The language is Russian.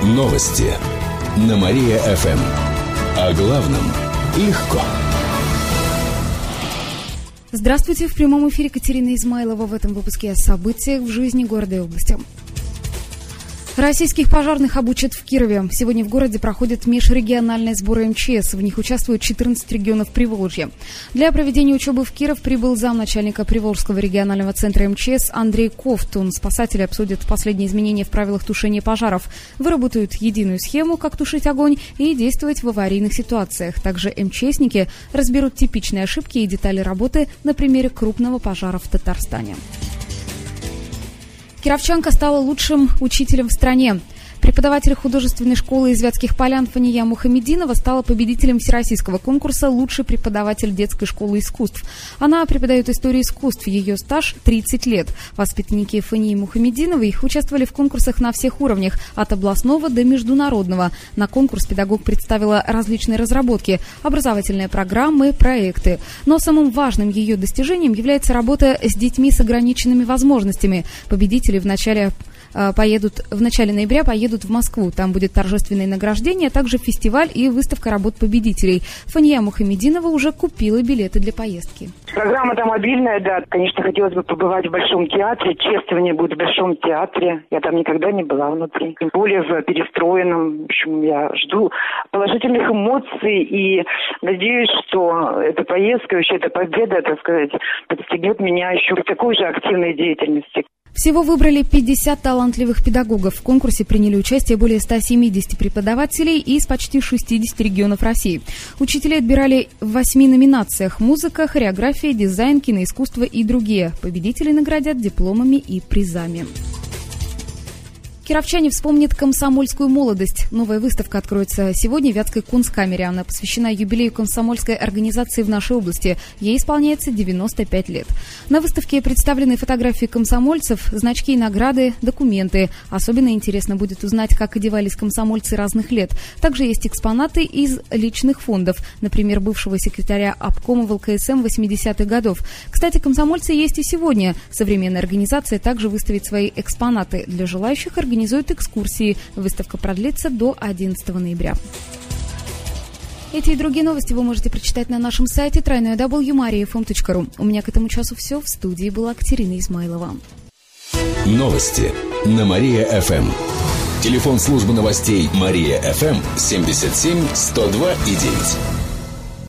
Новости на Мария-ФМ. О главном легко. Здравствуйте, в прямом эфире Катерина Измайлова. В этом выпуске о событиях в жизни города и области. Российских пожарных обучат в Кирове. Сегодня в городе проходят межрегиональные сборы МЧС. В них участвуют 14 регионов Приволжья. Для проведения учебы в Киров прибыл замначальника Приволжского регионального центра МЧС Андрей Ковтун. Спасатели обсудят последние изменения в правилах тушения пожаров, выработают единую схему, как тушить огонь и действовать в аварийных ситуациях. Также МЧСники разберут типичные ошибки и детали работы на примере крупного пожара в Татарстане. Кировчанка стала лучшим учителем в стране. Преподаватель художественной школы из Вятских Полян Фания Мухамединова стала победителем всероссийского конкурса «Лучший преподаватель детской школы искусств». Она преподает историю искусств, ее стаж 30 лет. Воспитанники Фании Мухамединовой участвовали в конкурсах на всех уровнях, от областного до международного. На конкурс педагог представила различные разработки, образовательные программы, проекты. Но самым важным ее достижением является работа с детьми с ограниченными возможностями. Победители в начале ноября поедут в Москву. Там будет торжественное награждение, а также фестиваль и выставка работ победителей. Фания Мухамединова уже купила билеты для поездки. Программа там мобильная, да. Конечно, хотелось бы побывать в Большом театре. Чествование будет в Большом театре. Я там никогда не была внутри. Тем более в перестроенном. В общем, я жду положительных эмоций и надеюсь, что эта поездка, вообще эта победа, так сказать, подстегнет меня еще к такой же активной деятельности. Всего выбрали 50 талантливых педагогов. В конкурсе приняли участие более 170 преподавателей из почти 60 регионов России. Учителей отбирали в 8 номинациях: музыка, хореография, дизайн, киноискусство и другие. Победителей наградят дипломами и призами. Кировчане вспомнят комсомольскую молодость. Новая выставка откроется сегодня в Вятской кунсткамере. Она посвящена юбилею комсомольской организации в нашей области. Ей исполняется 95 лет. На выставке представлены фотографии комсомольцев, значки и награды, документы. Особенно интересно будет узнать, как одевались комсомольцы разных лет. Также есть экспонаты из личных фондов, например, бывшего секретаря обкома ВЛКСМ 80-х годов. Кстати, комсомольцы есть и сегодня. Современная организация также выставит свои экспонаты. Для желающих организует экскурсии. Выставка продлится до 11 ноября. Эти и другие новости вы можете прочитать на нашем сайте www.mariafm.ru. У меня к этому часу все. В студии была Катерина Измайлова. Новости на Мария-ФМ. Телефон службы новостей Мария-ФМ 77 102 и 9.